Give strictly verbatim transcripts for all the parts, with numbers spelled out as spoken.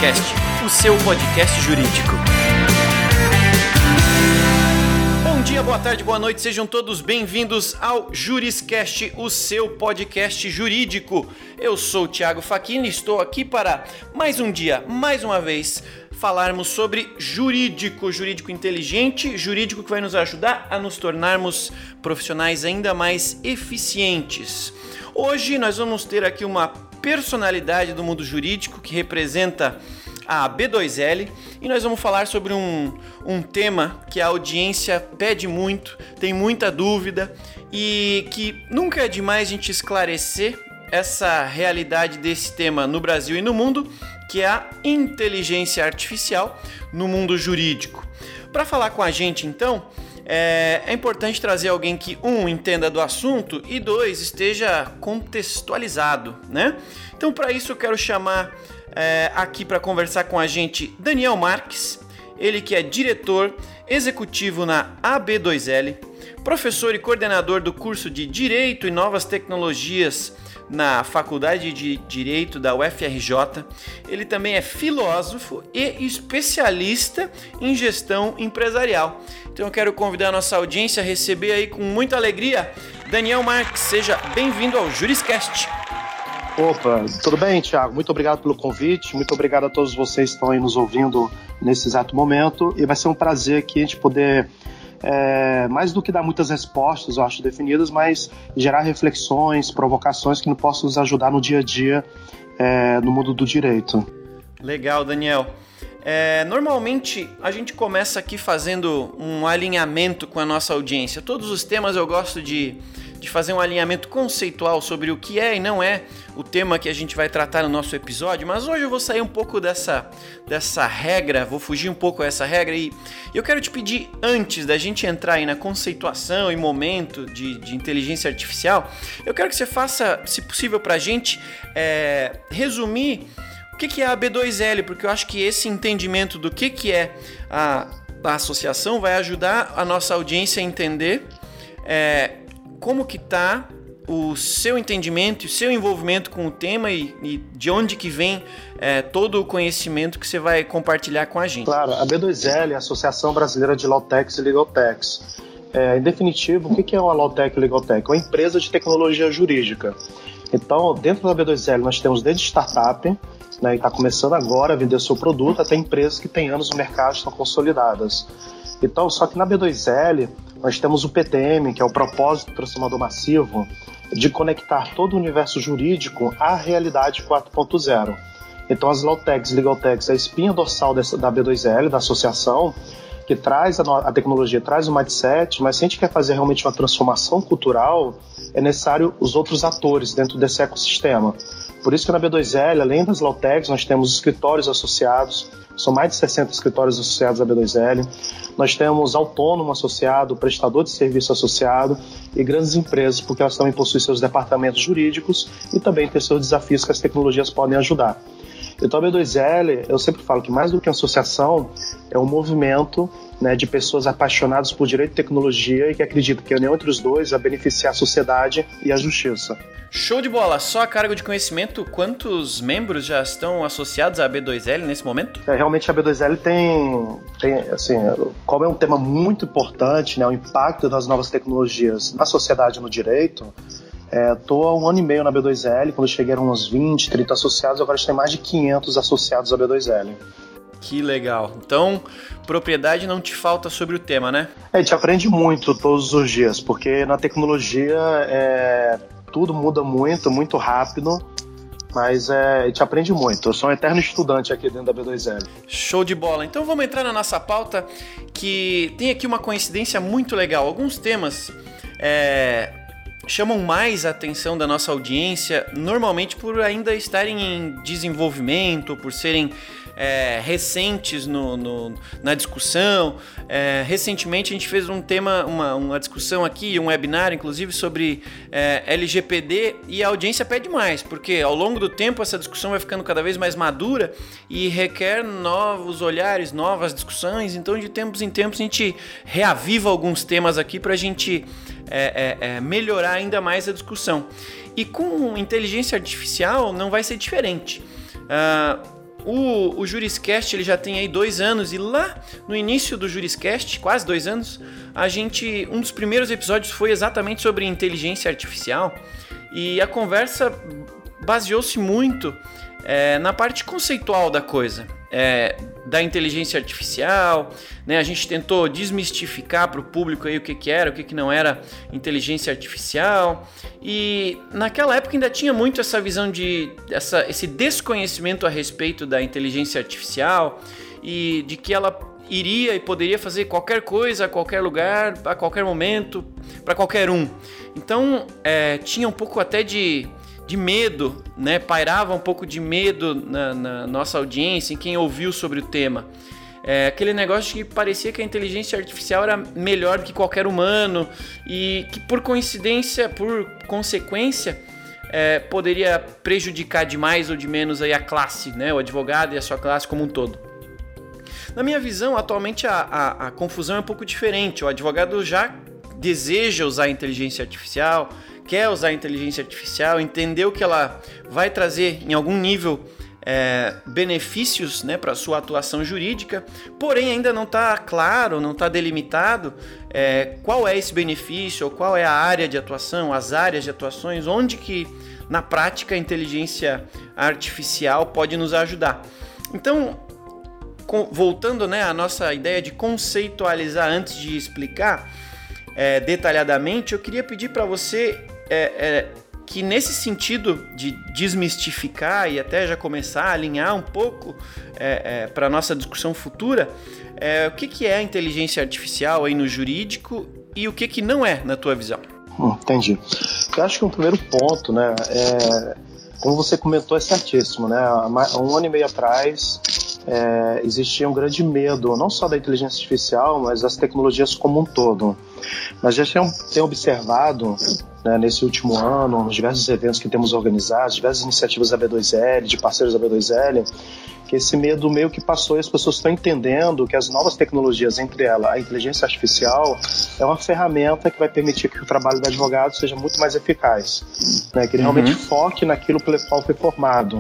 Juriscast, o seu podcast jurídico. Bom dia, boa tarde, boa noite, sejam todos bem-vindos ao Juriscast, o seu podcast jurídico. Eu sou o Thiago Facchini e estou aqui para mais um dia, mais uma vez, falarmos sobre jurídico, jurídico inteligente, jurídico que vai nos ajudar a nos tornarmos profissionais ainda mais eficientes. Hoje nós vamos ter aqui uma personalidade do mundo jurídico que representa a B dois L e nós vamos falar sobre um, um tema que a audiência pede muito, tem muita dúvida e que nunca é demais a gente esclarecer essa realidade desse tema no Brasil e no mundo, que é a inteligência artificial no mundo jurídico. Para falar com a gente, então, é, é importante trazer alguém que, um, entenda do assunto e, dois, esteja contextualizado, né? Então, para isso, eu quero chamar é, aqui para conversar com a gente Daniel Marques, ele que é diretor executivo na A B dois L, professor e coordenador do curso de Direito e Novas Tecnologias na Faculdade de Direito da U F R J. Ele também é filósofo e especialista em gestão empresarial. Então eu quero convidar a nossa audiência a receber aí com muita alegria Daniel Marques. Seja bem-vindo ao Juriscast. Opa, tudo bem, Thiago? Muito obrigado pelo convite, muito obrigado a todos vocês que estão aí nos ouvindo nesse exato momento, e vai ser um prazer aqui a gente poder É, mais do que dar muitas respostas, eu acho, definidas, mas gerar reflexões, provocações que possam nos ajudar no dia a dia é, no mundo do direito. Legal, Daniel. É, normalmente a gente começa aqui fazendo um alinhamento com a nossa audiência. Todos os temas eu gosto de, de fazer um alinhamento conceitual sobre o que é e não é o tema que a gente vai tratar no nosso episódio, mas hoje eu vou sair um pouco dessa, dessa regra, vou fugir um pouco dessa regra e eu quero te pedir, antes da gente entrar aí na conceituação e momento de, de inteligência artificial, eu quero que você faça, se possível, para a gente é, resumir o que é a B dois L, porque eu acho que esse entendimento do que é a, a associação vai ajudar a nossa audiência a entender é, como que está o seu entendimento e o seu envolvimento com o tema e, e de onde que vem é, todo o conhecimento que você vai compartilhar com a gente. Claro, a B dois L é a Associação Brasileira de Lawtechs e Legaltechs. É, em definitivo, o que é uma Lawtech e Legaltech? É uma empresa de tecnologia jurídica. Então, dentro da B dois L nós temos desde startup, né, e está começando agora a vender seu produto, até empresas que têm anos no mercado, estão consolidadas. Então, só que na B dois L nós temos o P T M, que é o Propósito Transformador Massivo, de conectar todo o universo jurídico à realidade quatro ponto zero. Então as Lawtechs e Legaltechs é a espinha dorsal dessa, da B dois L, da associação, que traz a, a tecnologia, traz o mindset, mas se a gente quer fazer realmente uma transformação cultural, é necessário os outros atores dentro desse ecossistema. Por isso que na B dois L, além das Lawtechs, nós temos escritórios associados, são mais de sessenta escritórios associados à B dois L, nós temos autônomo associado, prestador de serviço associado e grandes empresas, porque elas também possuem seus departamentos jurídicos e também têm seus desafios que as tecnologias podem ajudar. Então a B dois L, eu sempre falo que mais do que uma associação, é um movimento, né, de pessoas apaixonadas por direito e tecnologia e que acreditam que a união entre os dois vai beneficiar a sociedade e a justiça. Show de bola! Só a cargo de conhecimento, quantos membros já estão associados à B dois L nesse momento? É, realmente a B dois L tem, tem, assim, como é um tema muito importante, né, o impacto das novas tecnologias na sociedade e no direito. Estou é, há um ano e meio na B dois L, quando chegaram uns vinte, trinta associados, agora a gente tem mais de quinhentos associados à B dois L. Que legal. Então, propriedade não te falta sobre o tema, né? É, a gente aprende muito todos os dias, porque na tecnologia é, tudo muda muito, muito rápido, mas é, a gente aprende muito. Eu sou um eterno estudante aqui dentro da B dois L. Show de bola. Então vamos entrar na nossa pauta, que tem aqui uma coincidência muito legal. Alguns temas é, chamam mais a atenção da nossa audiência, normalmente por ainda estarem em desenvolvimento, por serem É, recentes no, no, na discussão. É, recentemente a gente fez um tema, uma, uma discussão aqui, um webinar inclusive sobre é, L G P D, e a audiência pede mais, porque ao longo do tempo essa discussão vai ficando cada vez mais madura e requer novos olhares, novas discussões. Então de tempos em tempos a gente reaviva alguns temas aqui para a gente é, é, é, melhorar ainda mais a discussão. E com inteligência artificial não vai ser diferente. Uh, o, o Juriscast ele já tem aí dois anos e lá no início do Juriscast, quase dois anos, a gente, um dos primeiros episódios foi exatamente sobre inteligência artificial e a conversa baseou-se muito é, na parte conceitual da coisa. É, da inteligência artificial, né? A gente tentou desmistificar para o público aí o que, que era, o que, que não era inteligência artificial, e naquela época ainda tinha muito essa visão de essa, esse desconhecimento a respeito da inteligência artificial e de que ela iria e poderia fazer qualquer coisa, a qualquer lugar, a qualquer momento, para qualquer um. Então é, tinha um pouco até de de medo, né? Pairava um pouco de medo na, na nossa audiência, em quem ouviu sobre o tema. É, aquele negócio que parecia que a inteligência artificial era melhor do que qualquer humano e que por coincidência, por consequência, é, poderia prejudicar de mais ou de menos aí a classe, né? O advogado e a sua classe como um todo. Na minha visão, atualmente a, a, a confusão é um pouco diferente. O advogado já deseja usar a inteligência artificial, quer usar a inteligência artificial, entendeu que ela vai trazer em algum nível é, benefícios, né, para a sua atuação jurídica, porém ainda não está claro, não está delimitado é, qual é esse benefício, ou qual é a área de atuação, as áreas de atuações, onde que na prática a inteligência artificial pode nos ajudar. Então, com, voltando, né, à nossa ideia de conceitualizar antes de explicar é, detalhadamente, eu queria pedir para você É, é, que nesse sentido de desmistificar e até já começar a alinhar um pouco é, é, para a nossa discussão futura, é, o que, que é a inteligência artificial aí no jurídico e o que, que não é, na tua visão? Hum, entendi. Eu acho que um primeiro ponto, né, é, como você comentou, é certíssimo, né? Há um ano e meio atrás é, existia um grande medo, não só da inteligência artificial, mas das tecnologias como um todo. Nós já temos observado, né, nesse último ano, nos diversos eventos que temos organizados, diversas iniciativas da B dois L, de parceiros da B dois L, que esse medo meio que passou e as pessoas estão entendendo que as novas tecnologias, entre elas a inteligência artificial, é uma ferramenta que vai permitir que o trabalho do advogado seja muito mais eficaz, né, que ele uhum. realmente foque naquilo pelo qual foi formado.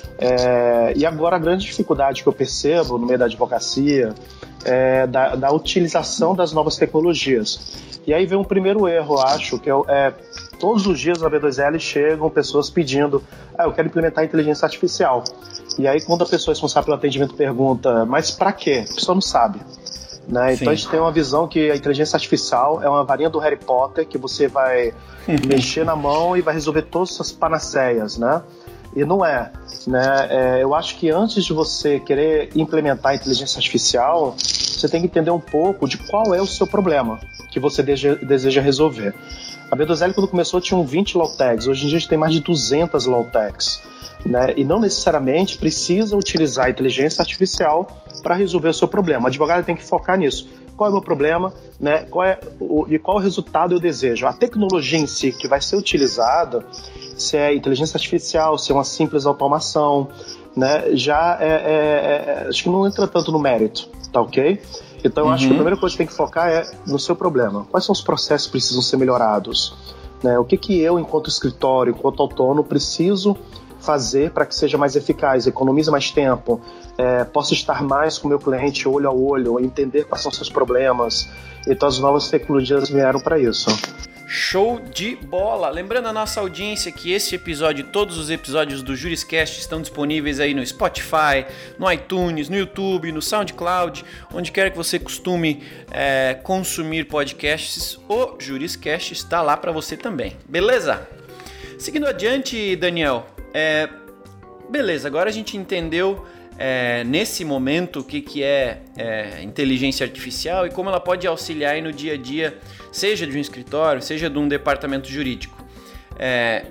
É, e agora a grande dificuldade que eu percebo no meio da advocacia é da, da utilização das novas tecnologias. E aí vem um primeiro erro, eu acho, que é, é todos os dias na B dois L chegam pessoas pedindo, ah, eu quero implementar inteligência artificial. E aí quando a pessoa responsável pelo atendimento pergunta, mas para quê? A pessoa não sabe. Né? Então a gente tem uma visão que a inteligência artificial é uma varinha do Harry Potter que você vai mexer na mão e vai resolver todas as panaceias, né? E não é, né? É, eu acho que antes de você querer implementar a inteligência artificial, você tem que entender um pouco de qual é o seu problema que você deseja, deseja resolver. A B dois L, quando começou, tinha vinte law tags. Hoje em dia a gente tem mais de duzentas law tags, né? E não necessariamente precisa utilizar a inteligência artificial para resolver o seu problema. O advogado tem que focar nisso. Qual é o meu problema, né? Qual é o, e qual resultado eu desejo? A tecnologia em si que vai ser utilizada, se é inteligência artificial, se é uma simples automação, né? Já é, é, é, acho que não entra tanto no mérito, tá ok? Então, eu uhum. acho que a primeira coisa que tem que focar é no seu problema. Quais são os processos que precisam ser melhorados? Né? O que, que eu, enquanto escritório, enquanto autônomo, preciso fazer para que seja mais eficaz, economize mais tempo, é, possa estar mais com o meu cliente olho a olho, entender quais são os seus problemas. Então, as novas tecnologias vieram para isso. Show de bola! Lembrando a nossa audiência que esse episódio, todos os episódios do Juriscast estão disponíveis aí no Spotify, no iTunes, no YouTube, no SoundCloud, onde quer que você costume é, consumir podcasts, o Juriscast está lá para você também, beleza? Seguindo adiante, Daniel, é, beleza, agora a gente entendeu é, nesse momento o que, que é, é inteligência artificial e como ela pode auxiliar aí no dia a dia, seja de um escritório, seja de um departamento jurídico. É,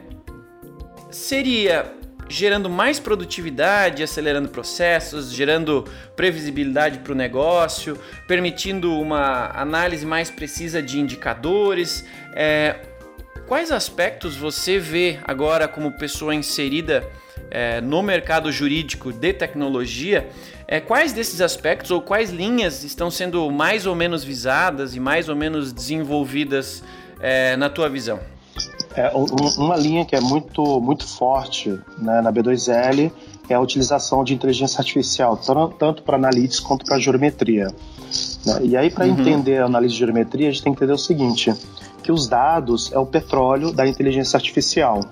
seria gerando mais produtividade, acelerando processos, gerando previsibilidade para o negócio, permitindo uma análise mais precisa de indicadores. É, quais aspectos você vê agora como pessoa inserida é, no mercado jurídico de tecnologia? É, quais desses aspectos ou quais linhas estão sendo mais ou menos visadas e mais ou menos desenvolvidas é, na tua visão? É, um, uma linha que é muito, muito forte, né, na B dois L é a utilização de inteligência artificial, tanto para análise quanto para geometria. Né? E aí, para uhum. entender a análise de geometria, a gente tem que entender o seguinte, que os dados é o petróleo da inteligência artificial.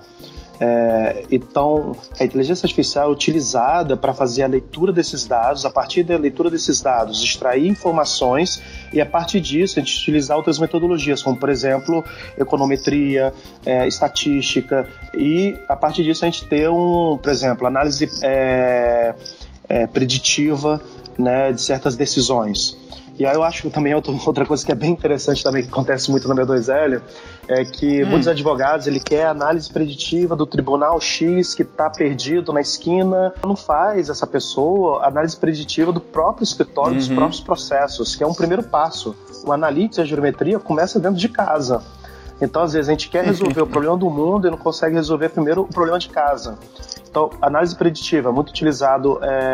É, então, a inteligência artificial é utilizada para fazer a leitura desses dados, a partir da leitura desses dados, extrair informações e, a partir disso, a gente utilizar outras metodologias, como, por exemplo, econometria, é, estatística, e, a partir disso, a gente ter, um, por exemplo, análise é, é, preditiva, né, de certas decisões. E aí eu acho que também outra coisa que é bem interessante também, que acontece muito na B dois L, é que hum. muitos advogados, ele quer análise preditiva do tribunal X que está perdido na esquina. Não faz essa pessoa análise preditiva do próprio escritório, uhum. dos próprios processos, que é um primeiro passo. O analítica e a geometria começa dentro de casa. Então, às vezes, a gente quer resolver o problema do mundo e não consegue resolver primeiro o problema de casa. Então, análise preditiva, muito utilizado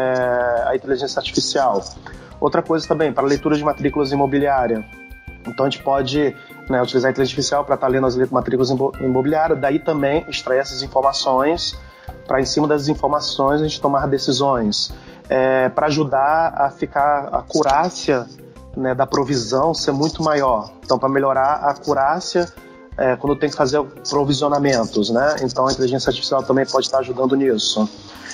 é, a inteligência artificial. Outra coisa também, para leitura de matrículas imobiliárias. Então a gente pode, né, utilizar a inteligência artificial para estar lendo as matrículas imobiliárias, daí também extrair essas informações, para em cima das informações a gente tomar decisões. É, para ajudar a ficar a acurácia, né, da provisão ser muito maior. Então, para melhorar a acurácia é, quando tem que fazer provisionamentos, né? Então a inteligência artificial também pode estar ajudando nisso.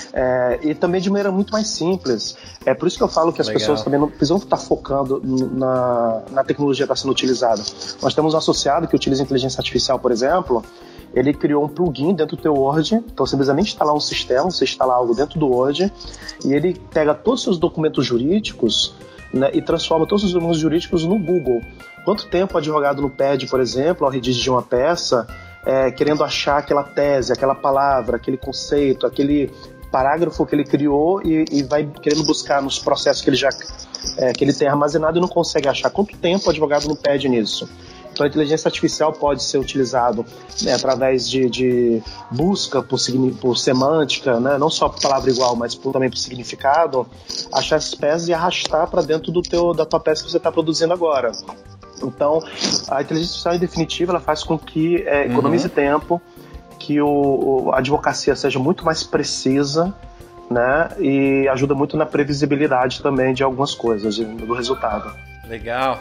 É, e também de maneira muito mais simples. É por isso que eu falo que as Legal. pessoas também não precisam estar focando na, na tecnologia que está sendo utilizada. Nós temos um associado que utiliza inteligência artificial, por exemplo, ele criou um plugin dentro do teu Word, então você precisa nem instalar um sistema, você instala algo dentro do Word, e ele pega todos os seus documentos jurídicos, né, e transforma todos os documentos jurídicos no Google. Quanto tempo o advogado não perde, por exemplo, ao redigir uma peça, é, querendo achar aquela tese, aquela palavra, aquele conceito, aquele parágrafo que ele criou e, e vai querendo buscar nos processos que ele já é, que ele tem armazenado e não consegue achar. Quanto tempo o advogado não perde nisso? Então a inteligência artificial pode ser utilizado, né, através de, de busca por, por semântica, né, não só por palavra igual, mas por, também por significado, achar essas peças e arrastar para dentro do teu, da tua peça que você está produzindo agora. Então a inteligência artificial, em definitiva, ela faz com que é, economize uhum. tempo, que o, a advocacia seja muito mais precisa, né, e ajuda muito na previsibilidade também de algumas coisas, do resultado. Legal.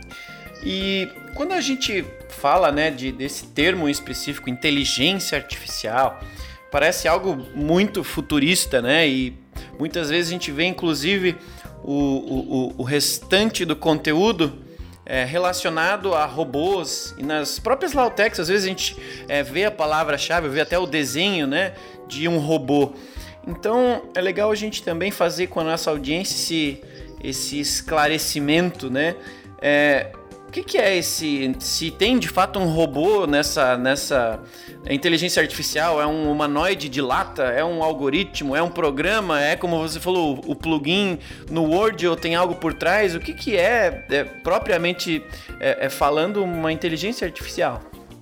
E quando a gente fala, né, de, desse termo específico, inteligência artificial, parece algo muito futurista, né, e muitas vezes a gente vê, inclusive, o, o, o restante do conteúdo É, relacionado a robôs, e nas próprias Lautecs às vezes a gente é, vê a palavra-chave, vê até o desenho, né, de um robô. Então é legal a gente também fazer com a nossa audiência esse, esse esclarecimento, né? É, o que, que é esse, se tem de fato um robô nessa, nessa inteligência artificial, é um humanoide de lata, é um algoritmo, é um programa, é como você falou, o plugin no Word ou tem algo por trás? O que, que é, é propriamente é, é falando uma inteligência artificial?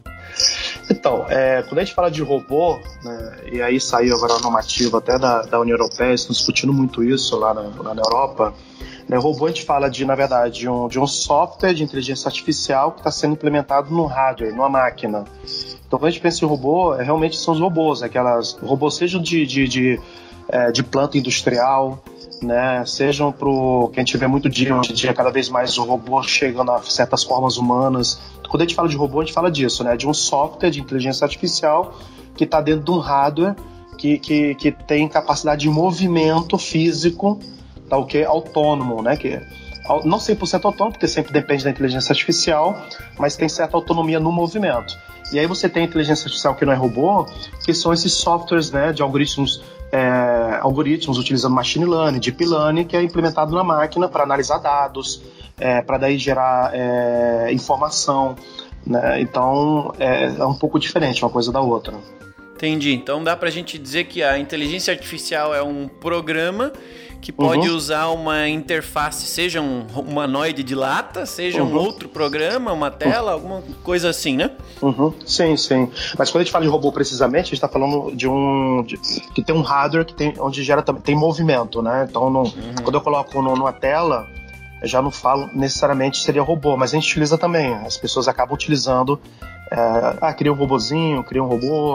Então, é, quando a gente fala de robô, né, e aí saiu agora a normativa até da, da União Europeia, estão discutindo muito isso lá na, lá na Europa. Né, robô a gente fala de, na verdade, de um, de um software de inteligência artificial que está sendo implementado no hardware, numa máquina. Então, quando a gente pensa em robô, é, realmente são os robôs, aquelas robôs sejam de, de, de, é, de planta industrial, né, sejam para o que a gente vê muito dia, hoje em dia, cada vez mais o robô chegando a certas formas humanas. Quando a gente fala de robô, a gente fala disso, né, de um software de inteligência artificial que está dentro de um hardware que, que, que tem capacidade de movimento físico, tá, o que é autônomo, né, que não cem por cento autônomo, porque sempre depende da inteligência artificial, mas tem certa autonomia no movimento. E aí você tem a inteligência artificial que não é robô, que são esses softwares, né, de algoritmos, é, algoritmos utilizando machine learning, deep learning, que é implementado na máquina para analisar dados, é, para daí gerar é, informação, né? Então é, é um pouco diferente uma coisa da outra. Entendi. Então dá pra gente dizer que a inteligência artificial é um programa que pode uhum. usar uma interface, seja um humanoide de lata, seja uhum. um outro programa, uma tela, uhum. alguma coisa assim, né? Uhum. Sim, sim. Mas quando a gente fala de robô precisamente, a gente está falando de um... De, que tem um hardware que tem, onde gera, tem movimento, né? Então, no, uhum. quando eu coloco no, numa tela, eu já não falo necessariamente seria robô, mas a gente utiliza também. As pessoas acabam utilizando... É, ah, cria um robozinho, cria um robô...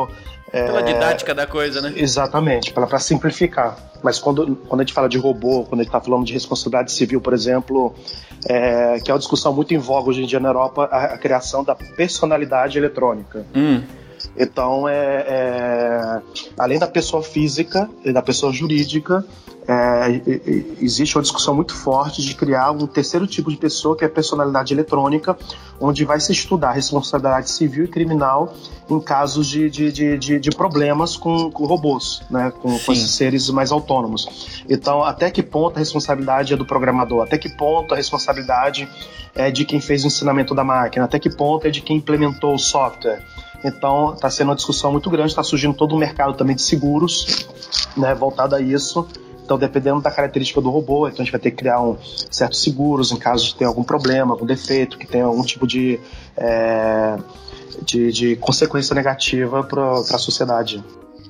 Pela didática da coisa, né? Exatamente, para simplificar. Mas quando, quando a gente fala de robô, quando a gente está falando de responsabilidade civil, por exemplo, é, que é uma discussão muito em voga hoje em dia na Europa, a, a criação da personalidade eletrônica. Hum. Então, é, é, além da pessoa física e da pessoa jurídica, é, existe uma discussão muito forte de criar um terceiro tipo de pessoa, que é a personalidade eletrônica, onde vai se estudar a responsabilidade civil e criminal em casos de, de, de, de, de problemas com, com robôs, né, com, com esses seres mais autônomos. Então, até que ponto a responsabilidade é do programador? Até que ponto a responsabilidade é de quem fez o ensinamento da máquina? Até que ponto é de quem implementou o software? Então, está sendo uma discussão muito grande, está surgindo todo um mercado também de seguros, né, voltado a isso. Então, dependendo da característica do robô, então a gente vai ter que criar um, certos seguros em caso de ter algum problema, algum defeito, que tenha algum tipo de, é, de, de consequência negativa para a sociedade.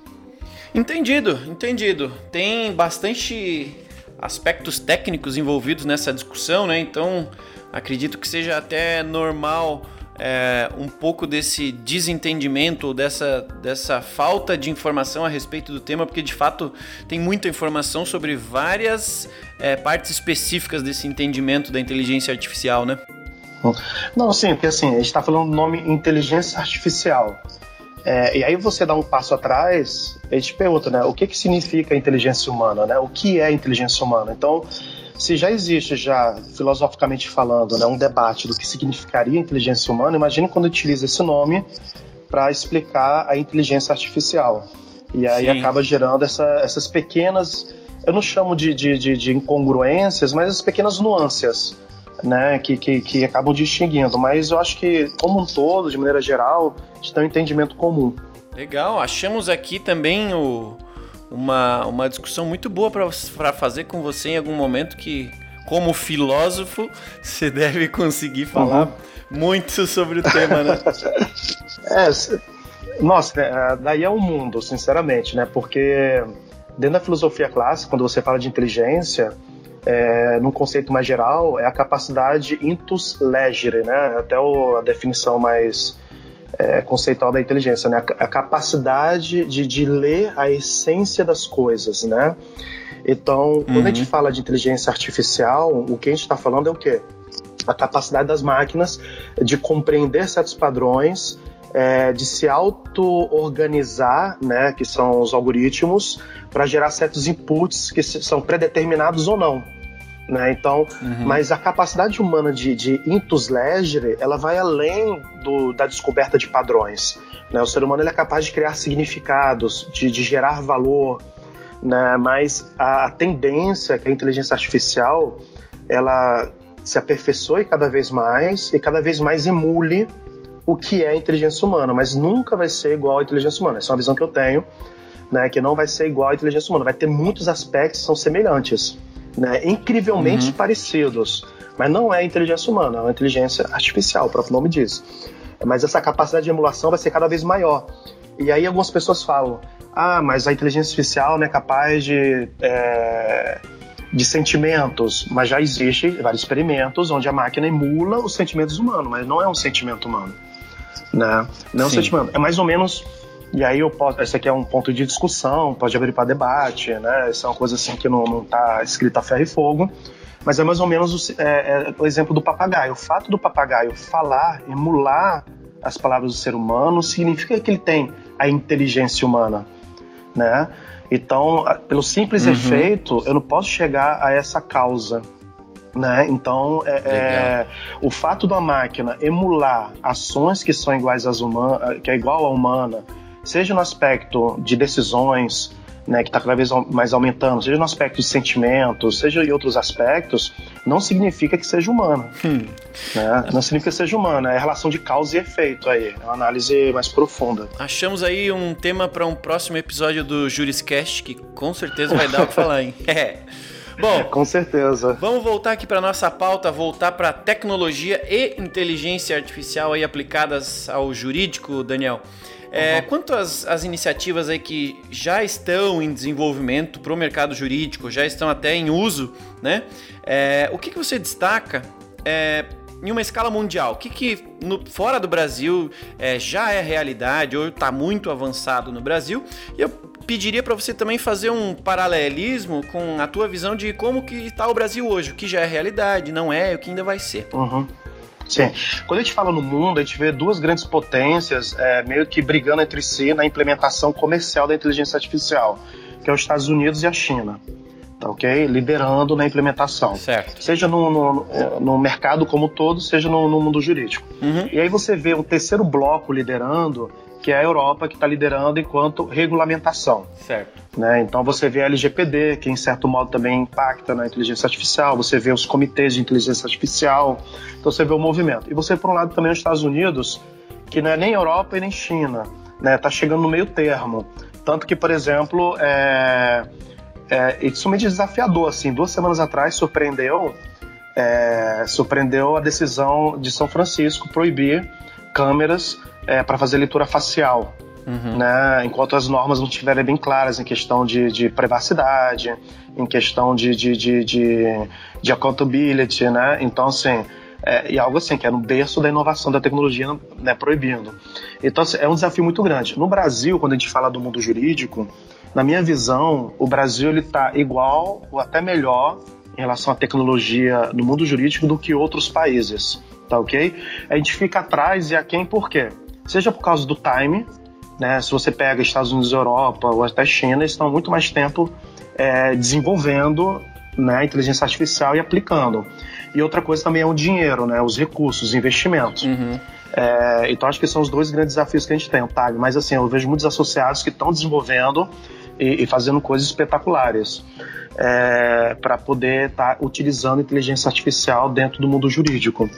Entendido, entendido. Tem bastante aspectos técnicos envolvidos nessa discussão, né? Então, acredito que seja até normal É, um pouco desse desentendimento ou dessa, dessa falta de informação a respeito do tema, porque de fato tem muita informação sobre várias é, partes específicas desse entendimento da inteligência artificial, né? Não, sim, porque assim, a gente está falando do nome inteligência artificial. É, e aí você dá um passo atrás, a gente pergunta, né, o que, que significa inteligência humana, né? O que é inteligência humana? Então, se já existe, já filosoficamente falando, né, um debate do que significaria inteligência humana, imagine quando utiliza esse nome para explicar a inteligência artificial. E aí Sim. acaba gerando essa, essas pequenas, eu não chamo de, de, de, de incongruências, mas as pequenas nuances, né, que, que, que acabam distinguindo. Mas eu acho que, como um todo, de maneira geral, a gente tem um entendimento comum. Legal, achamos aqui também o... Uma, uma discussão muito boa para fazer com você em algum momento, que, como filósofo, você deve conseguir falar uhum. muito sobre o tema, né? É, nossa, daí é um mundo, sinceramente, né? Porque dentro da filosofia clássica, quando você fala de inteligência, é, num conceito mais geral, é a capacidade intus legere, né? Até o, a definição mais... É, conceitual da inteligência, né? A, a capacidade de, de ler a essência das coisas, né? Então, uhum. quando a gente fala de inteligência artificial, o que a gente está falando é o quê? A capacidade das máquinas de compreender certos padrões, é, de se auto-organizar, né? Que são os algoritmos, para gerar certos inputs que são predeterminados ou não. Né? Então, uhum. mas a capacidade humana de, de intus legere, ela vai além do, da descoberta de padrões, né? O ser humano ele é capaz de criar significados, de, de gerar valor, né? Mas a tendência é que a inteligência artificial ela se aperfeiçoe cada vez mais e cada vez mais emule o que é a inteligência humana, mas nunca vai ser igual à inteligência humana. Essa é uma visão que eu tenho, né? Que não vai ser igual à inteligência humana, vai ter muitos aspectos que são semelhantes, né, incrivelmente uhum. parecidos, mas não é inteligência humana, é uma inteligência artificial, o próprio nome diz. Mas essa capacidade de emulação vai ser cada vez maior. E aí algumas pessoas falam, ah, mas a inteligência artificial não é capaz de, é, de sentimentos, mas já existe vários experimentos onde a máquina emula os sentimentos humanos, mas não é um sentimento humano, né? Não é um Sim. sentimento, é mais ou menos... E aí eu posso, esse aqui é um ponto de discussão, pode abrir para debate, né? Isso é uma coisa assim que não está escrita a ferro e fogo, mas é mais ou menos o, é, é, o exemplo do papagaio. O fato do papagaio falar, emular as palavras do ser humano, significa que ele tem a inteligência humana, né? Então, pelo simples uhum. efeito, eu não posso chegar a essa causa, né? Então, é, é, o fato da máquina emular ações que são iguais às humanas, que é igual à humana, seja no aspecto de decisões, né, que está cada vez mais aumentando, seja no aspecto de sentimentos, seja em outros aspectos, não significa que seja humana. Hum. Né? Não significa que seja humana, é a relação de causa e efeito aí, é uma análise mais profunda. Achamos aí um tema para um próximo episódio do Juriscast, que com certeza vai dar o que falar, hein? Bom, com certeza. Vamos voltar aqui para nossa pauta, voltar para tecnologia e inteligência artificial aí aplicadas ao jurídico, Daniel. É, quanto às, às iniciativas aí que já estão em desenvolvimento para o mercado jurídico, já estão até em uso, né? É, o que, que você destaca é, em uma escala mundial, o que, que no, fora do Brasil é, já é realidade ou está muito avançado no Brasil? E eu pediria para você também fazer um paralelismo com a tua visão de como que está o Brasil hoje, o que já é realidade, não é, o que ainda vai ser. Uhum. Sim. Quando a gente fala no mundo, a gente vê duas grandes potências é, meio que brigando entre si na implementação comercial da inteligência artificial, que é os Estados Unidos e a China. Tá, ok? Liderando na implementação. Certo. Seja no, no, no mercado como um todo, seja no, no mundo jurídico. Uhum. E aí você vê um terceiro bloco liderando, que é a Europa, que está liderando enquanto regulamentação. Certo. Né? Então você vê a L G P D, que em certo modo também impacta na inteligência artificial, você vê os comitês de inteligência artificial, então você vê o movimento. E você, por um lado, também os Estados Unidos, que não é nem Europa e nem China, né? Tá chegando no meio termo. Tanto que, por exemplo, é, é, isso é meio desafiador. Assim, duas semanas atrás surpreendeu, é, surpreendeu a decisão de São Francisco proibir câmeras é, para fazer leitura facial. Uhum. Né, enquanto as normas não estiverem bem claras em questão de, de privacidade, em questão de, de, de, de, de accountability, né? Então, assim, é, e algo assim, que é no berço da inovação da tecnologia, né, proibindo. Então, assim, é um desafio muito grande. No Brasil, quando a gente fala do mundo jurídico, na minha visão, o Brasil está igual ou até melhor em relação à tecnologia no mundo jurídico do que outros países, tá ok? A gente fica atrás e aquém por quê? Seja por causa do time, né? Se você pega Estados Unidos, Europa ou até China, eles estão há muito mais tempo é, desenvolvendo, né, a inteligência artificial e aplicando. E outra coisa também é o dinheiro, né, os recursos, os investimentos. Uhum. É, então acho que são os dois grandes desafios que a gente tem, tá? Mas assim, eu vejo muitos associados que estão desenvolvendo e, e fazendo coisas espetaculares é, para poder estar tá utilizando inteligência artificial dentro do mundo jurídico.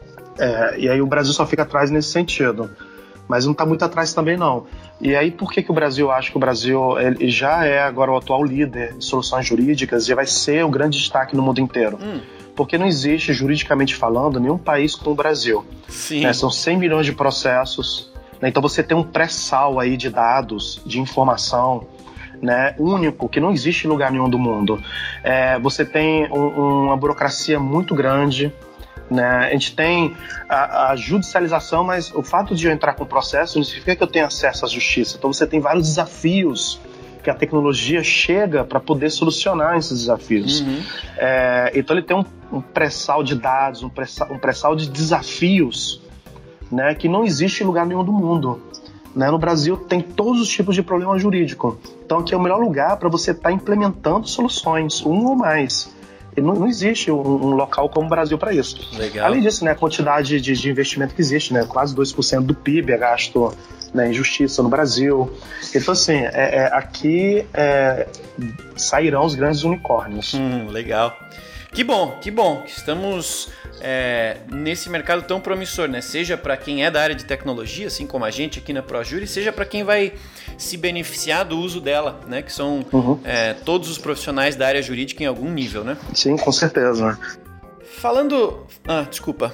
É, e aí o Brasil só fica atrás nesse sentido. Mas não está muito atrás também não. E aí por que, que o Brasil, acho que o Brasil ele já é agora o atual líder de soluções jurídicas e vai ser o grande destaque no mundo inteiro? Hum. Porque não existe, juridicamente falando, nenhum país como o Brasil. Sim. Né? São cem milhões de processos, né? Então você tem um pré-sal aí de dados, de informação, né, único, que não existe em lugar nenhum do mundo. É, você tem um, uma burocracia muito grande, né? A gente tem a, a judicialização, mas o fato de eu entrar com o processo não significa que eu tenho acesso à justiça. Então você tem vários desafios que a tecnologia chega para poder solucionar esses desafios. Uhum. É, então ele tem um, um pré-sal de dados, um pré-sal, um pré-sal de desafios, né, que não existe em lugar nenhum do mundo. Né? No Brasil tem todos os tipos de problema jurídico. Então aqui é o melhor lugar para você estar tá implementando soluções, um ou mais. Não, não existe um, um local como o Brasil para isso. Legal. Além disso, né, a quantidade de, de investimento que existe, né, quase dois por cento do P I B é gasto, né, em justiça no Brasil. Então, assim, é, é, aqui é, sairão os grandes unicórnios. Hum, legal. Que bom, que bom que estamos é, nesse mercado tão promissor, né? Seja para quem é da área de tecnologia, assim como a gente aqui na ProJury, seja para quem vai se beneficiar do uso dela, né? Que são uhum. é, todos os profissionais da área jurídica em algum nível, né? Sim, com certeza. Falando... Ah, desculpa.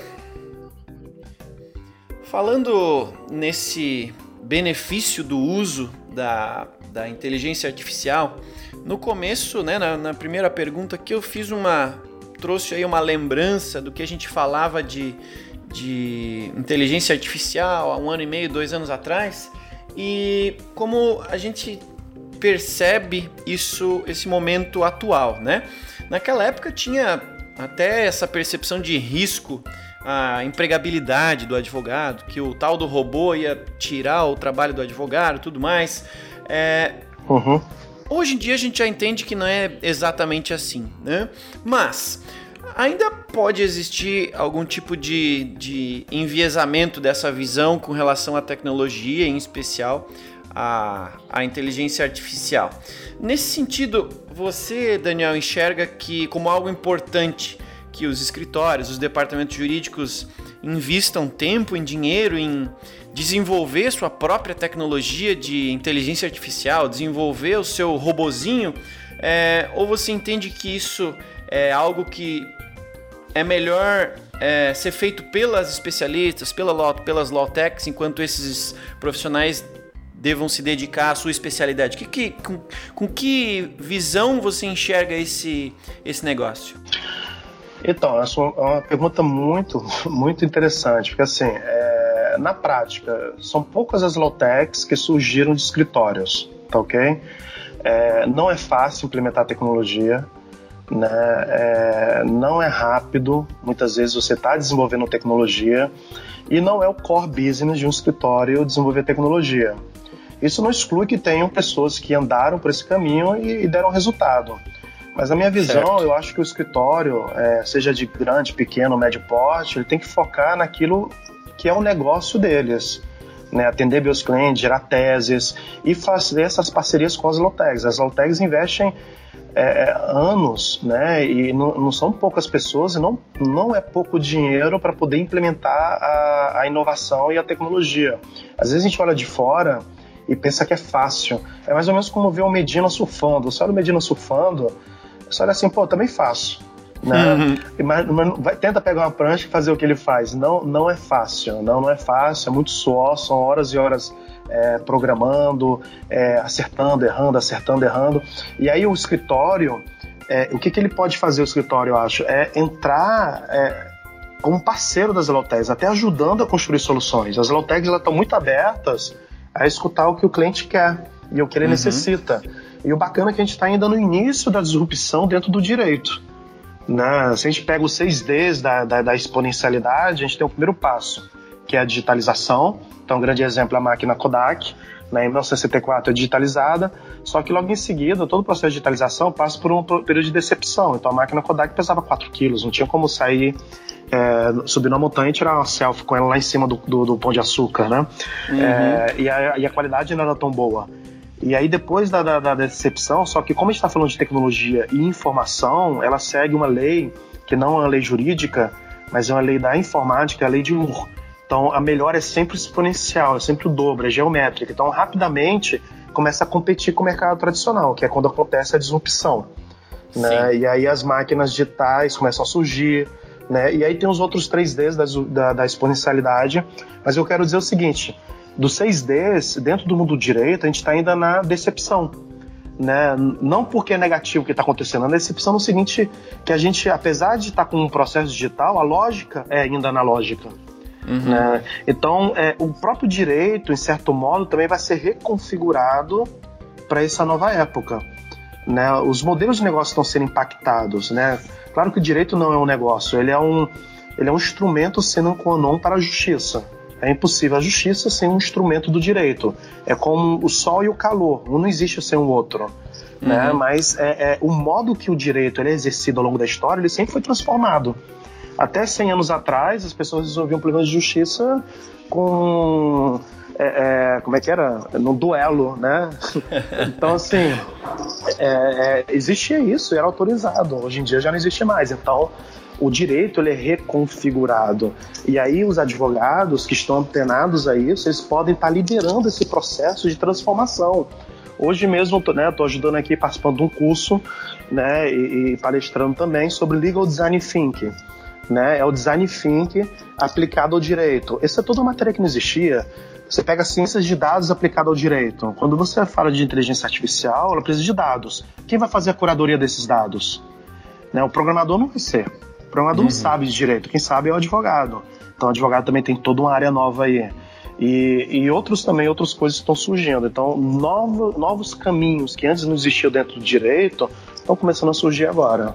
Falando nesse benefício do uso da, da inteligência artificial, no começo, né, na, na primeira pergunta que eu fiz uma... trouxe aí uma lembrança do que a gente falava de, de inteligência artificial há um ano e meio, dois anos atrás, e como a gente percebe isso, esse momento atual, né? Naquela época tinha até essa percepção de risco, a empregabilidade do advogado, que o tal do robô ia tirar o trabalho do advogado e tudo mais. É... Uhum. Hoje em dia a gente já entende que não é exatamente assim, né? Mas ainda pode existir algum tipo de, de enviesamento dessa visão com relação à tecnologia, em especial à, à inteligência artificial. Nesse sentido, você, Daniel, enxerga que como algo importante que os escritórios, os departamentos jurídicos invistam tempo e dinheiro em desenvolver sua própria tecnologia de inteligência artificial, desenvolver o seu robozinho, é, ou você entende que isso é algo que é melhor é, ser feito pelas especialistas, pela law, pelas law techs, enquanto esses profissionais devam se dedicar à sua especialidade? Que, que, com, com que visão você enxerga esse, esse negócio? Então, essa é uma pergunta muito, muito interessante, porque assim, é, na prática, são poucas as low-techs que surgiram de escritórios, tá ok? É, não é fácil implementar tecnologia, né? É, não é rápido, muitas vezes você está desenvolvendo tecnologia e não é o core business de um escritório desenvolver tecnologia. Isso não exclui que tenham pessoas que andaram por esse caminho e, e deram resultado. Mas na minha visão, certo. Eu acho que o escritório, é, seja de grande, pequeno, médio porte, ele tem que focar naquilo que é o negócio deles. Né, atender bem os clientes, gerar teses e fazer essas parcerias com as low-techs. As low-techs investem é, anos, né, e não, não são poucas pessoas e não, não é pouco dinheiro para poder implementar a, a inovação e a tecnologia. Às vezes a gente olha de fora e pensa que é fácil. É mais ou menos como ver o Medina surfando. Você olha o Medina surfando, você olha assim, pô, também faço. Né? Uhum. Mas, mas vai, tenta pegar uma prancha e fazer o que ele faz. Não, não é fácil, não, não é fácil, é muito suor, são horas e horas é, programando, é, acertando, errando, acertando, errando. E aí o escritório, é, o que, que ele pode fazer, o escritório, eu acho, é entrar é, como parceiro das low-techs, até ajudando a construir soluções. As low-techs estão muito abertas a escutar o que o cliente quer e o que ele uhum. necessita. E o bacana é que a gente está ainda no início da disrupção dentro do direito. Né? Se a gente pega os seis Ds da, da, da exponencialidade, a gente tem o primeiro passo, que é a digitalização. Então, um grande exemplo é a máquina Kodak, né? Em mil novecentos e sessenta e quatro é digitalizada, só que logo em seguida, todo o processo de digitalização passa por um período de decepção. Então, a máquina Kodak pesava quatro quilos, não tinha como sair, é, subir na montanha e tirar uma selfie com ela lá em cima do, do, do Pão de Açúcar, né? Uhum. É, e, a, e a qualidade não era tão boa. E aí depois da, da, da decepção, só que como a gente está falando de tecnologia e informação, ela segue uma lei que não é uma lei jurídica, mas é uma lei da informática, é a lei de Moore. Então a melhora é sempre exponencial, é sempre o dobro, é geométrica. Então rapidamente começa a competir com o mercado tradicional, que é quando acontece a disrupção. Né? E aí as máquinas digitais começam a surgir, né? E aí tem os outros três Ds da, da, da exponencialidade, mas eu quero dizer o seguinte... Dos seis Ds, dentro do mundo do direito, a gente está ainda na decepção. Né? Não porque é negativo o que está acontecendo, a decepção no seguinte, que a gente, apesar de estar tá com um processo digital, a lógica é ainda analógica. Uhum. Né? Então, é, o próprio direito, em certo modo, também vai ser reconfigurado para essa nova época. Né? Os modelos de negócio estão sendo impactados. Né? Claro que o direito não é um negócio, ele é um, ele é um instrumento sine qua non para a justiça. É impossível a justiça sem um instrumento do direito. É como o sol e o calor, um não existe sem o outro. Uhum. Né? Mas é, é, o modo que o direito ele é exercido ao longo da história, ele sempre foi transformado. Até cem anos atrás, as pessoas resolviam problemas de justiça com... É, é, como é que era? No duelo, né? Então, assim, é, é, existia isso, era autorizado. Hoje em dia já não existe mais. Então, o direito ele é reconfigurado. E aí os advogados que estão antenados a isso, eles podem estar liderando esse processo de transformação. Hoje mesmo estou né, ajudando aqui, participando de um curso, né, e, e palestrando também sobre Legal Design Thinking. Né? É o Design Thinking aplicado ao direito. Essa é toda uma matéria que não existia. Você pega ciências de dados aplicada ao direito. Quando você fala de inteligência artificial, ela precisa de dados. Quem vai fazer a curadoria desses dados? Né? O programador não vai ser. O programador uhum. não sabe de direito. Quem sabe é o advogado. Então o advogado também tem toda uma área nova aí. E, e outros também, outras coisas estão surgindo. Então novo, novos caminhos que antes não existiam dentro do direito estão começando a surgir agora.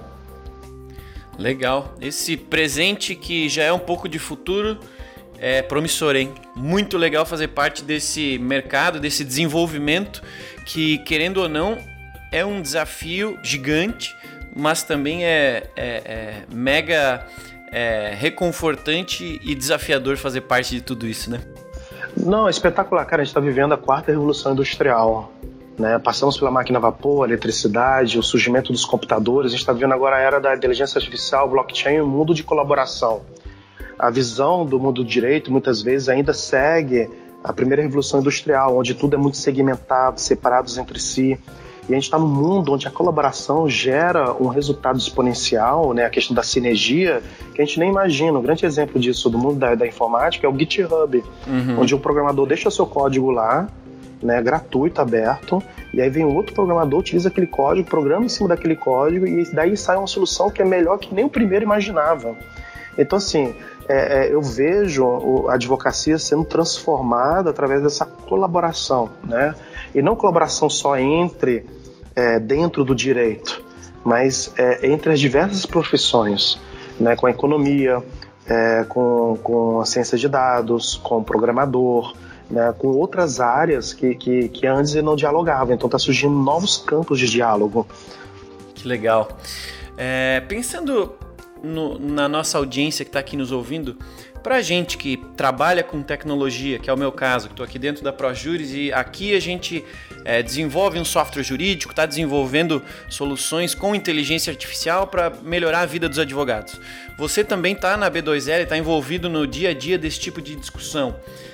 Legal. Esse presente que já é um pouco de futuro é promissor, hein? Muito legal fazer parte desse mercado, desse desenvolvimento que, querendo ou não, é um desafio gigante, mas também é, é, é mega é, reconfortante e desafiador fazer parte de tudo isso, né? Não, é espetacular. Cara, a gente está vivendo a quarta revolução industrial. Né? Passamos pela máquina a vapor, a eletricidade, o surgimento dos computadores. A gente está vivendo agora a era da inteligência artificial, blockchain, um mundo de colaboração. A visão do mundo do direito, muitas vezes, ainda segue a primeira revolução industrial, onde tudo é muito segmentado, separados entre si. E a gente está num mundo onde a colaboração gera um resultado exponencial, né? A questão da sinergia, que a gente nem imagina. Um grande exemplo disso do mundo da, da informática é o GitHub, uhum. onde o programador deixa seu código lá, né, gratuito, aberto, E aí vem outro programador, utiliza aquele código, programa em cima daquele código e daí sai uma solução que é melhor que nem o primeiro imaginava. Então, assim, é, é, eu vejo a advocacia sendo transformada através dessa colaboração, né? E não colaboração só entre, é, dentro do direito, mas é, entre as diversas profissões, né? Com a economia, é, com, com a ciência de dados, com o programador, né? Com outras áreas que, que, que antes não dialogavam. Então está surgindo novos campos de diálogo. Que legal. É, pensando no, na nossa audiência que está aqui nos ouvindo, para gente que trabalha com tecnologia, que é o meu caso, que estou aqui dentro da ProJuris e aqui a gente é, desenvolve um software jurídico, está desenvolvendo soluções com inteligência artificial para melhorar a vida dos advogados. Você também está na B dois L, está envolvido no dia a dia desse tipo de discussão,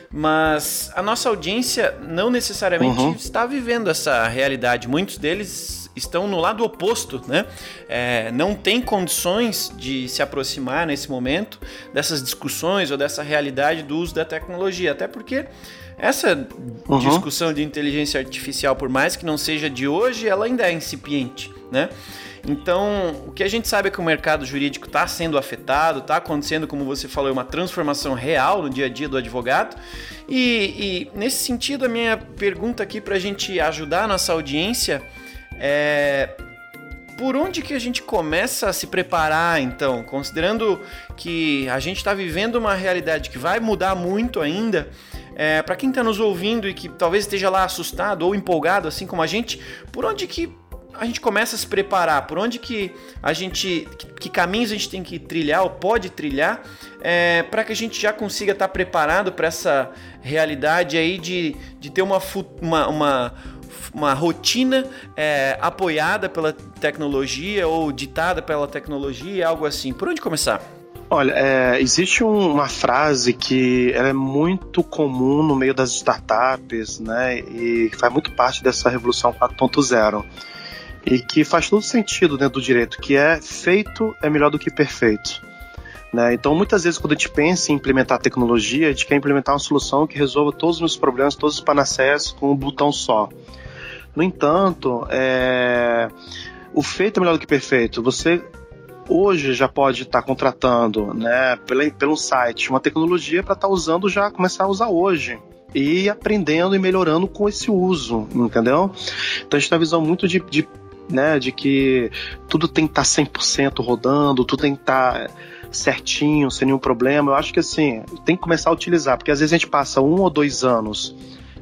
mas a nossa audiência não necessariamente uhum. está vivendo essa realidade. Muitos deles estão no lado oposto, né? É, não tem condições de se aproximar nesse momento dessas discussões ou dessa realidade do uso da tecnologia, até porque essa uhum. discussão de inteligência artificial, por mais que não seja de hoje, ela ainda é incipiente, né? Então, o que a gente sabe é que o mercado jurídico está sendo afetado, está acontecendo, como você falou, uma transformação real no dia a dia do advogado. E, e nesse sentido, a minha pergunta aqui para a gente ajudar a nossa audiência é: por onde que a gente começa a se preparar, então? Considerando que a gente está vivendo uma realidade que vai mudar muito ainda, é, para quem está nos ouvindo e que talvez esteja lá assustado ou empolgado, assim como a gente, por onde que a gente começa a se preparar? Por onde que a gente, que, que caminhos a gente tem que trilhar ou pode trilhar é, para que a gente já consiga estar preparado para essa realidade aí de, de ter uma, uma, uma, uma rotina é, apoiada pela tecnologia ou ditada pela tecnologia, algo assim? Por onde começar? Olha, é, existe um, uma frase que ela é muito comum no meio das startups, né, e faz muito parte dessa revolução quatro ponto zero. E que faz todo sentido dentro do direito, que é feito é melhor do que perfeito. Né? Então, muitas vezes, quando a gente pensa em implementar tecnologia, a gente quer implementar uma solução que resolva todos os meus problemas, todos os panaceias com um botão só. No entanto, é... o feito é melhor do que perfeito. Você hoje já pode estar contratando, né, pelo, pelo site uma tecnologia para estar usando, já começar a usar hoje. E aprendendo e melhorando com esse uso, entendeu? Então, a gente tem uma visão muito de... de né, de que tudo tem que estar cem por cento rodando, tudo tem que estar certinho, sem nenhum problema. Eu acho que assim, tem que começar a utilizar, porque às vezes a gente passa um ou dois anos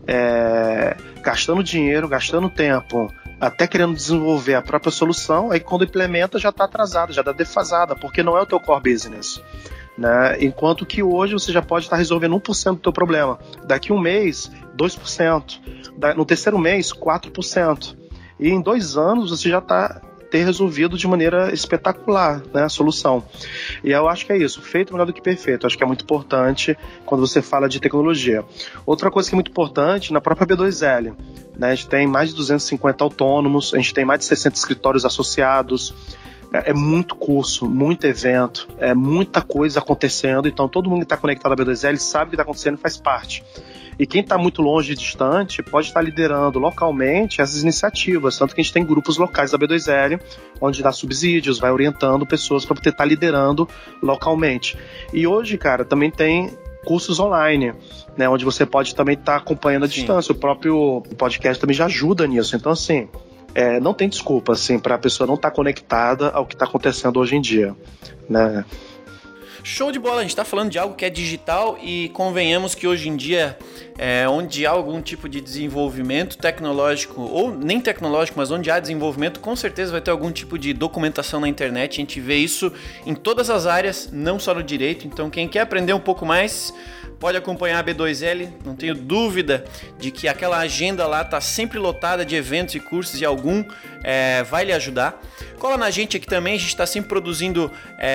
é, gastando dinheiro, gastando tempo, até querendo desenvolver a própria solução, aí quando implementa já está atrasada, já está defasada, porque não é o teu core business. Né? Enquanto que hoje você já pode estar resolvendo um por cento do teu problema. Daqui um mês, dois por cento. No terceiro mês, quatro por cento. E em dois anos você já está ter resolvido de maneira espetacular, né, a solução. E eu acho que é isso, feito melhor do que perfeito. Eu acho que é muito importante quando você fala de tecnologia. Outra coisa que é muito importante, na própria B dois L, né, a gente tem mais de duzentos e cinquenta autônomos, a gente tem mais de sessenta escritórios associados, é muito curso, muito evento, é muita coisa acontecendo, então todo mundo que está conectado à B dois L sabe o que está acontecendo e faz parte. E quem está muito longe e distante pode estar liderando localmente essas iniciativas, tanto que a gente tem grupos locais da B dois L, onde dá subsídios, vai orientando pessoas para poder estar liderando localmente. E hoje, cara, também tem cursos online, né, onde você pode também estar acompanhando à Sim. distância. O próprio podcast também já ajuda nisso. Então, assim, é, não tem desculpa assim, para a pessoa não estar conectada ao que está acontecendo hoje em dia, né? Show de bola, a gente está falando de algo que é digital e convenhamos que hoje em dia, é, onde há algum tipo de desenvolvimento tecnológico, ou nem tecnológico, mas onde há desenvolvimento, com certeza vai ter algum tipo de documentação na internet. A gente vê isso em todas as áreas, não só no direito. Então quem quer aprender um pouco mais, pode acompanhar a B dois L, não tenho dúvida de que aquela agenda lá está sempre lotada de eventos e cursos e algum é, vai lhe ajudar. Cola na gente aqui também, a gente está sempre produzindo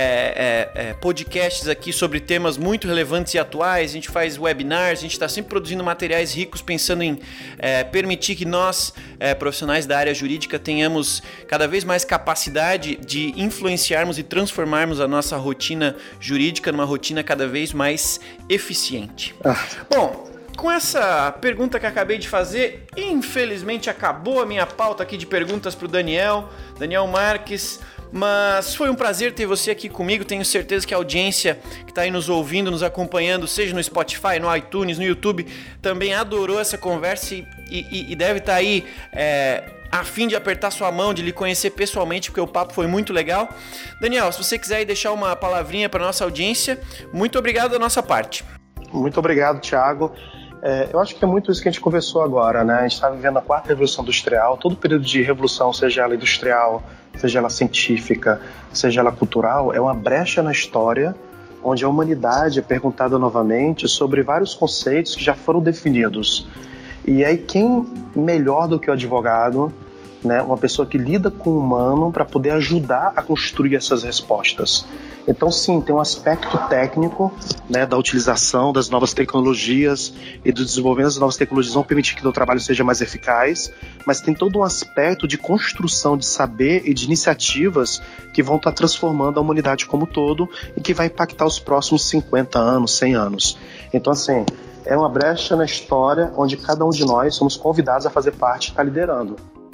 é, é, é, podcasts aqui sobre temas muito relevantes e atuais, a gente faz webinars, a gente está sempre produzindo materiais ricos pensando em é, permitir que nós, é, profissionais da área jurídica, tenhamos cada vez mais capacidade de influenciarmos e transformarmos a nossa rotina jurídica numa rotina cada vez mais eficiente. Ah. Bom, com essa pergunta que acabei de fazer, infelizmente acabou a minha pauta aqui de perguntas para o Daniel, Daniel Marques, mas foi um prazer ter você aqui comigo. Tenho certeza que a audiência que está aí nos ouvindo, nos acompanhando, seja no Spotify, no iTunes, no YouTube, também adorou essa conversa e, e, e deve estar tá aí é, a fim de apertar sua mão, de lhe conhecer pessoalmente, porque o papo foi muito legal. Daniel, se você quiser aí deixar uma palavrinha para nossa audiência, muito obrigado da nossa parte. Muito obrigado, Thiago. É, eu acho que é muito isso que a gente conversou agora, né? A gente está vivendo a quarta revolução industrial. Todo período de revolução, seja ela industrial, seja ela científica, seja ela cultural, é uma brecha na história onde a humanidade é perguntada novamente sobre vários conceitos que já foram definidos. E aí quem melhor do que o advogado, né, uma pessoa que lida com o humano para poder ajudar a construir essas respostas. Então sim, tem um aspecto técnico, né, da utilização das novas tecnologias e do desenvolvimento das novas tecnologias vão permitir que o trabalho seja mais eficaz, mas tem todo um aspecto de construção de saber e de iniciativas que vão estar transformando a humanidade como um todo e que vai impactar os próximos cinquenta anos, cem anos. Então assim, é uma brecha na história onde cada um de nós somos convidados a fazer parte e estar liderando.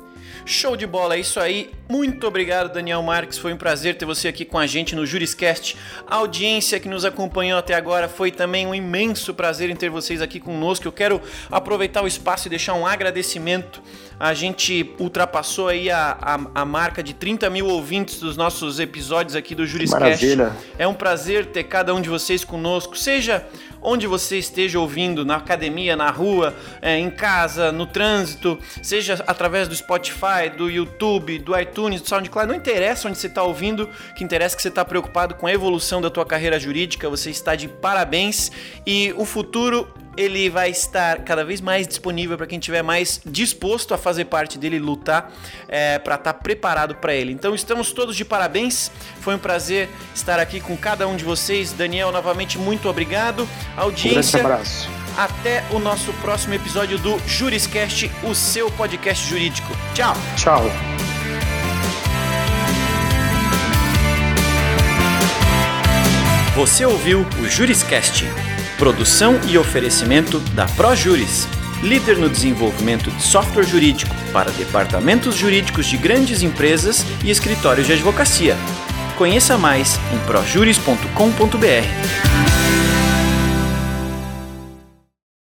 Show de bola, é isso aí. Muito obrigado, Daniel Marques. Foi um prazer ter você aqui com a gente no Juriscast. A audiência que nos acompanhou até agora, foi também um imenso prazer em ter vocês aqui conosco. Eu quero aproveitar o espaço e deixar um agradecimento. A gente ultrapassou aí a, a, a marca de trinta mil ouvintes dos nossos episódios aqui do Juriscast. Maravilha. É um prazer ter cada um de vocês conosco, seja onde você esteja ouvindo, na academia, na rua, é, em casa, no trânsito, seja através do Spotify, do YouTube, do iTunes, do SoundCloud, não interessa onde você está ouvindo, o que interessa é que você está preocupado com a evolução da tua carreira jurídica, você está de parabéns e o futuro ele vai estar cada vez mais disponível para quem estiver mais disposto a fazer parte dele e lutar é, para estar preparado para ele. Então estamos todos de parabéns, foi um prazer estar aqui com cada um de vocês. Daniel, novamente, muito obrigado. Audiência, um grande abraço. Até o nosso próximo episódio do Juriscast, o seu podcast jurídico. Tchau. Tchau. Você ouviu o Juriscast, produção e oferecimento da ProJuris, líder no desenvolvimento de software jurídico para departamentos jurídicos de grandes empresas e escritórios de advocacia. Conheça mais em projuris ponto com ponto br.